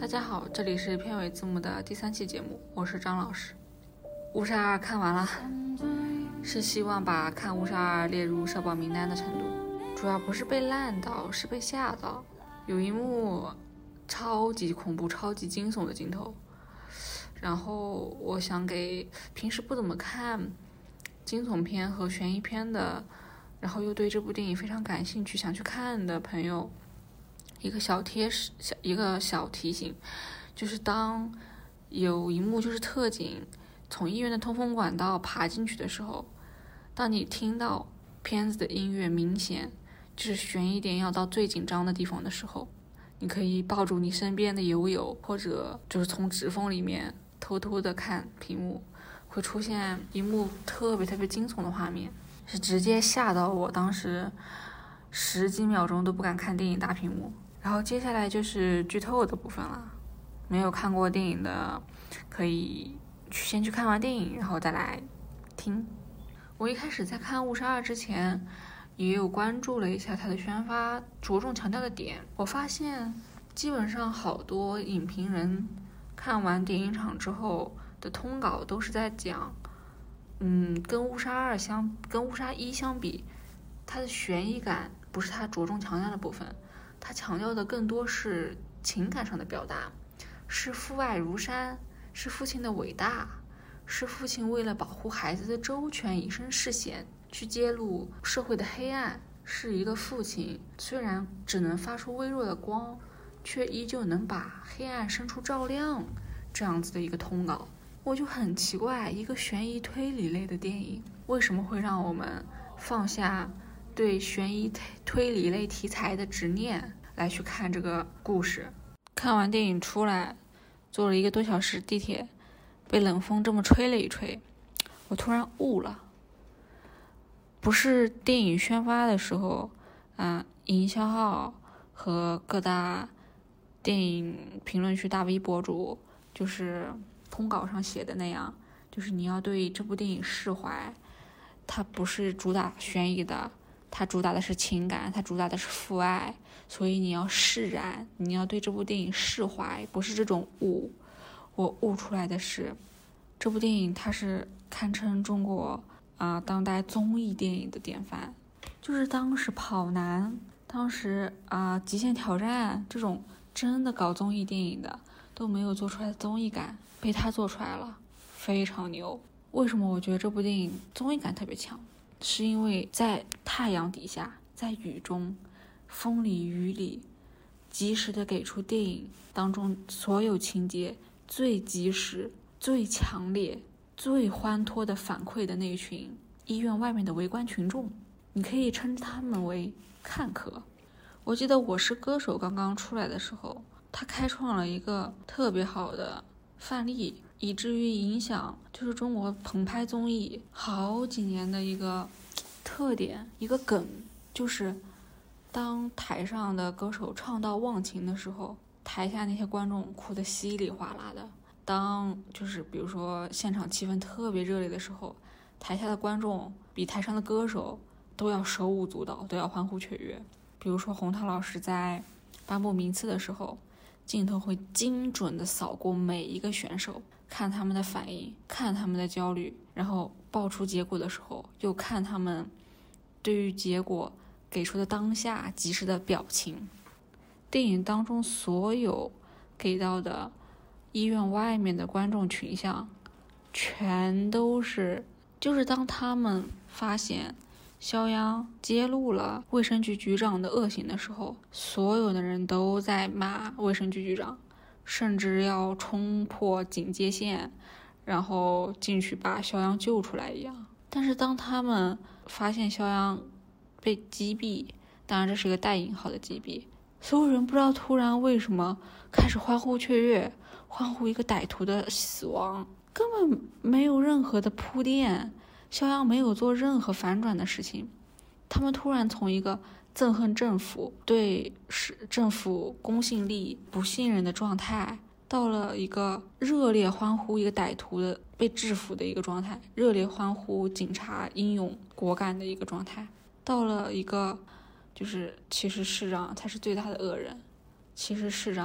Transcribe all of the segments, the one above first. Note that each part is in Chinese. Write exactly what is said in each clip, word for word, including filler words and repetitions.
家好，这里是片尾字幕的第三期节目，我是张老师。误杀二看完了，是希望把看误杀二列入社保名单的程度，主要不是被烂到，是被吓到。有一幕超级恐怖、超级惊悚的镜头，然后我想给平时不怎么看惊悚片和悬疑片的，然后又对这部电影非常感兴趣，想去看的朋友一个小贴士，小一个小提醒，就是当有一幕就是特警从医院的通风管道爬进去的时候，当你听到片子的音乐明显就是悬疑点要到最紧张的地方的时候，你可以抱住你身边的友友，或者就是从指缝里面偷偷的看屏幕，会出现一幕特别特别惊悚的画面，是直接吓到我当时十几秒钟都不敢看电影大屏幕。然后接下来就是剧透的部分了，没有看过电影的可以先去看完电影然后再来听。我一开始在看误杀二之前也有关注了一下它的宣发着重强调的点，我发现基本上好多影评人看完电影场之后的通稿都是在讲嗯，跟误杀二相跟误杀一相比，它的悬疑感不是它着重强调的部分，它强调的更多是情感上的表达，是父爱如山，是父亲的伟大，是父亲为了保护孩子的周全以身试险，去揭露社会的黑暗，是一个父亲虽然只能发出微弱的光，却依旧能把黑暗生出照亮，这样子的一个通稿。我就很奇怪，一个悬疑推理类的电影为什么会让我们放下对悬疑推理类题材的执念来去看这个故事。看完电影出来，坐了一个多小时地铁，被冷风这么吹了一吹，我突然悟了。不是电影宣发的时候啊，营销号和各大电影评论区大 V 博主就是通稿上写的那样，就是你要对这部电影释怀，它不是主打悬疑的，它主打的是情感，它主打的是父爱，所以你要释然，你要对这部电影释怀，不是这种悟。我悟出来的是，这部电影它是堪称中国啊、呃、当代综艺电影的典范，就是当时跑男，当时啊、呃、极限挑战这种真的搞综艺电影的都没有做出来的综艺感，被他做出来了，非常牛。为什么我觉得这部电影综艺感特别强？是因为在太阳底下，在雨中，风里雨里，及时的给出电影当中所有情节最及时、最强烈、最欢脱的反馈的那群医院外面的围观群众，你可以称他们为看客。我记得《我是歌手》刚刚出来的时候，他开创了一个特别好的范例，以至于影响就是中国棚拍综艺好几年的一个特点，一个梗，就是当台上的歌手唱到忘情的时候，台下那些观众哭得稀里哗啦的。当就是比如说现场气氛特别热烈的时候，台下的观众比台上的歌手都要手舞足蹈，都要欢呼雀跃。比如说洪涛老师在颁布名次的时候，镜头会精准的扫过每一个选手，看他们的反应，看他们的焦虑，然后报出结果的时候又看他们对于结果给出的当下及时的表情。电影当中所有给到的医院外面的观众群像全都是，就是当他们发现肖央揭露了卫生局局长的恶行的时候，所有的人都在骂卫生局局长，甚至要冲破警戒线然后进去把肖央救出来一样。但是当他们发现肖央被击毙，当然这是一个带引号的击毙，所有人不知道突然为什么开始欢呼雀跃，欢呼一个歹徒的死亡，根本没有任何的铺垫，肖央没有做任何反转的事情，他们突然从一个憎恨政府、对政府公信力不信任的状态，到了一个热烈欢呼一个歹徒的被制服的一个状态，热烈欢呼警察英勇果敢的一个状态，到了一个就是其实市长才是最大的恶人，其实市长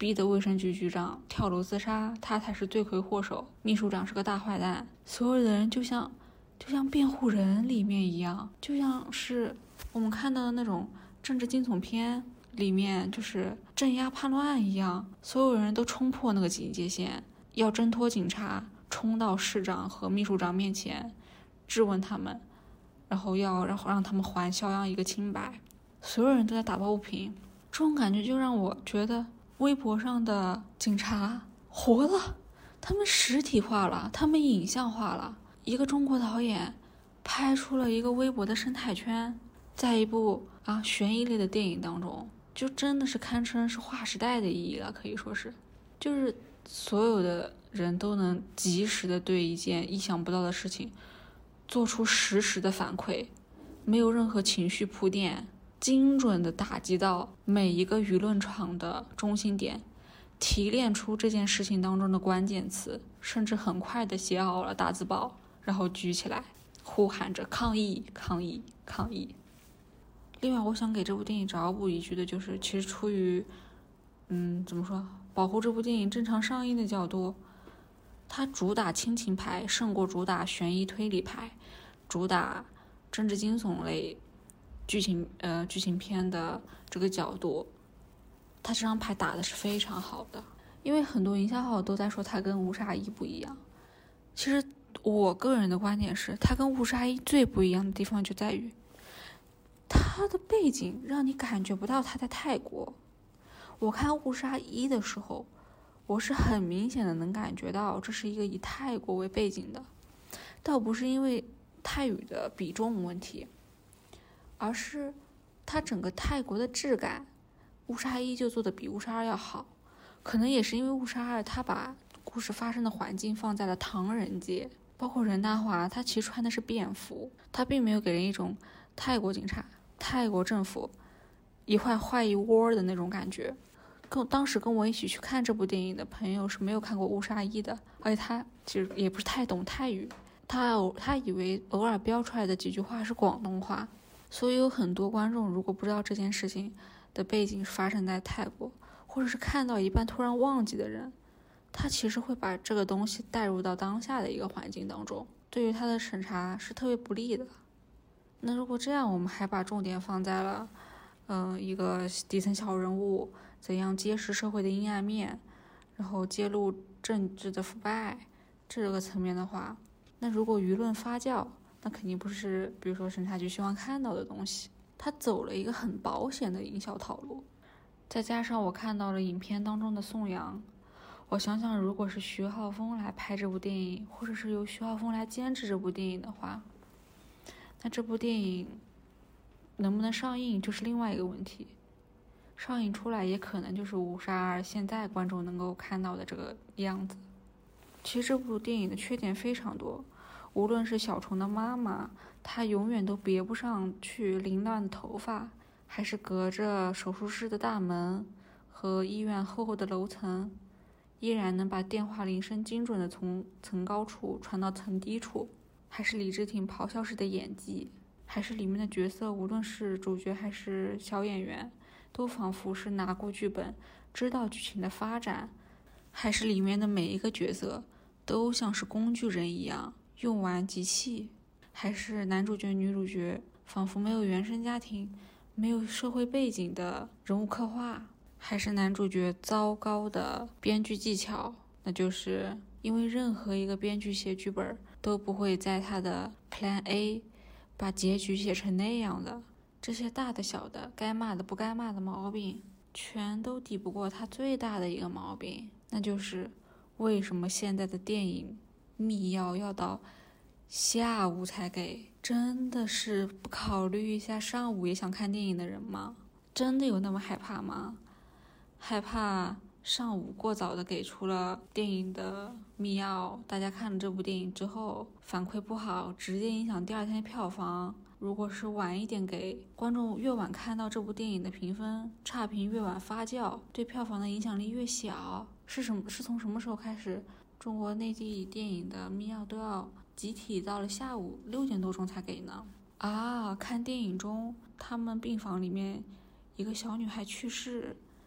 逼得卫生局局长跳楼自杀，他才是罪魁祸首，秘书长是个大坏蛋。所有的人就像就像辩护人里面一样，就像是我们看到的那种政治惊悚片里面就是镇压叛乱一样，所有人都冲破那个警戒线，要挣脱警察，冲到市长和秘书长面前质问他们，然后要然后让他们还肖央一个清白。所有人都在打抱不平，这种感觉就让我觉得微博上的警察活了，他们实体化了，他们影像化了。一个中国导演拍出了一个微博的生态圈，在一部啊悬疑类的电影当中，就真的是堪称是划时代的意义了，可以说是，就是所有的人都能及时的对一件意想不到的事情做出实时的反馈，没有任何情绪铺垫，精准的打击到每一个舆论场的中心点，提炼出这件事情当中的关键词，甚至很快的写好了大字报，然后举起来呼喊着抗议抗议抗议。另外我想给这部电影找补一句的就是，其实出于嗯怎么说保护这部电影正常上映的角度，它主打亲情牌胜过主打悬疑推理牌，主打政治惊悚类剧情呃剧情片的这个角度，它这张牌打的是非常好的。因为很多营销号都在说它跟误杀一不一样，其实我个人的观点是，它跟误杀一最不一样的地方就在于它的背景让你感觉不到它在泰国。我看误杀一的时候，我是很明显的能感觉到这是一个以泰国为背景的，倒不是因为泰语的比重问题，而是它整个泰国的质感误杀一就做的比误杀二要好。可能也是因为误杀二它把故事发生的环境放在了唐人街，包括任达华他其实穿的是便服，他并没有给人一种泰国警察泰国政府一坏坏一窝的那种感觉。跟当时跟我一起去看这部电影的朋友是没有看过误杀一的，而且他其实也不是太懂泰语，他他以为偶尔标出来的几句话是广东话，所以有很多观众如果不知道这件事情的背景是发生在泰国，或者是看到一半突然忘记的人，他其实会把这个东西带入到当下的一个环境当中，对于他的审查是特别不利的。那如果这样，我们还把重点放在了嗯、呃，一个底层小人物怎样揭示社会的阴暗面，然后揭露政治的腐败这个层面的话，那如果舆论发酵，那肯定不是比如说审查局希望看到的东西。他走了一个很保险的营销套路，再加上我看到了影片当中的宋阳，我想想如果是徐浩峰来拍这部电影，或者是由徐浩峰来监制这部电影的话，那这部电影能不能上映就是另外一个问题。上映出来也可能就是误杀二现在观众能够看到的这个样子。其实这部电影的缺点非常多，无论是小虫的妈妈，她永远都别不上去凌乱的头发，还是隔着手术室的大门和医院厚厚的楼层，依然能把电话铃声精准的从层高处传到层低处，还是李治廷咆哮式的演技，还是里面的角色，无论是主角还是小演员，都仿佛是拿过剧本知道剧情的发展，还是里面的每一个角色都像是工具人一样用完即弃，还是男主角女主角仿佛没有原生家庭没有社会背景的人物刻画，还是男主角糟糕的编剧技巧，那就是因为任何一个编剧写剧本都不会在他的 Plan A 把结局写成那样的，这些大的小的该骂的不该骂的毛病全都抵不过他最大的一个毛病，那就是为什么现在的电影密钥要到下午才给？真的是不考虑一下上午也想看电影的人吗？真的有那么害怕吗？害怕上午过早的给出了电影的密钥，大家看了这部电影之后反馈不好，直接影响第二天的票房。如果是晚一点给，观众越晚看到这部电影的评分差评越晚发酵，对票房的影响力越小。是什么？是从什么时候开始中国内地电影的密钥都要集体到了下午六点多钟才给呢？啊，看电影中他们病房里面一个小女孩去世，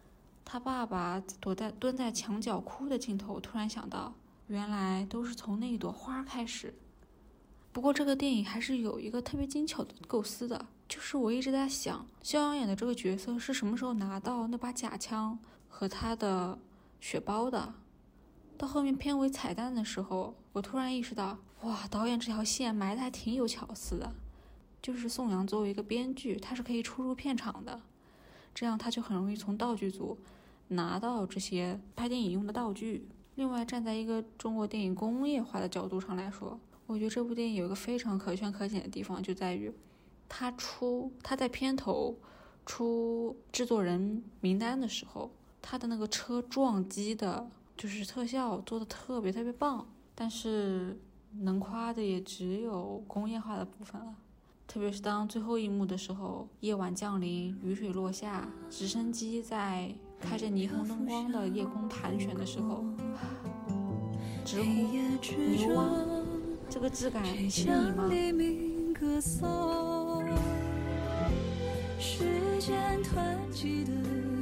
他爸爸躲在蹲在墙角哭的镜头，突然想到，原来都是从那一朵花开始。不过这个电影还是有一个特别精巧的构思的，就是我一直在想，肖央演的这个角色是什么时候拿到那把假枪和他的血包的。到后面片尾彩蛋的时候，我突然意识到，哇，导演这条线埋的还挺有巧思的。就是宋阳作为一个编剧，他是可以出入片场的，这样他就很容易从道具组拿到这些拍电影用的道具。另外，站在一个中国电影工业化的角度上来说，我觉得这部电影有一个非常可圈可点的地方，就在于他出他在片头出制作人名单的时候，他的那个车撞击的就是特效做的特别特别棒，但是能夸的也只有工业化的部分了。特别是当最后一幕的时候，夜晚降临，雨水落下，直升机在开着霓虹灯光的夜空盘旋的时候，直呼牛啊，这个质感是你吗？ 时间湍急的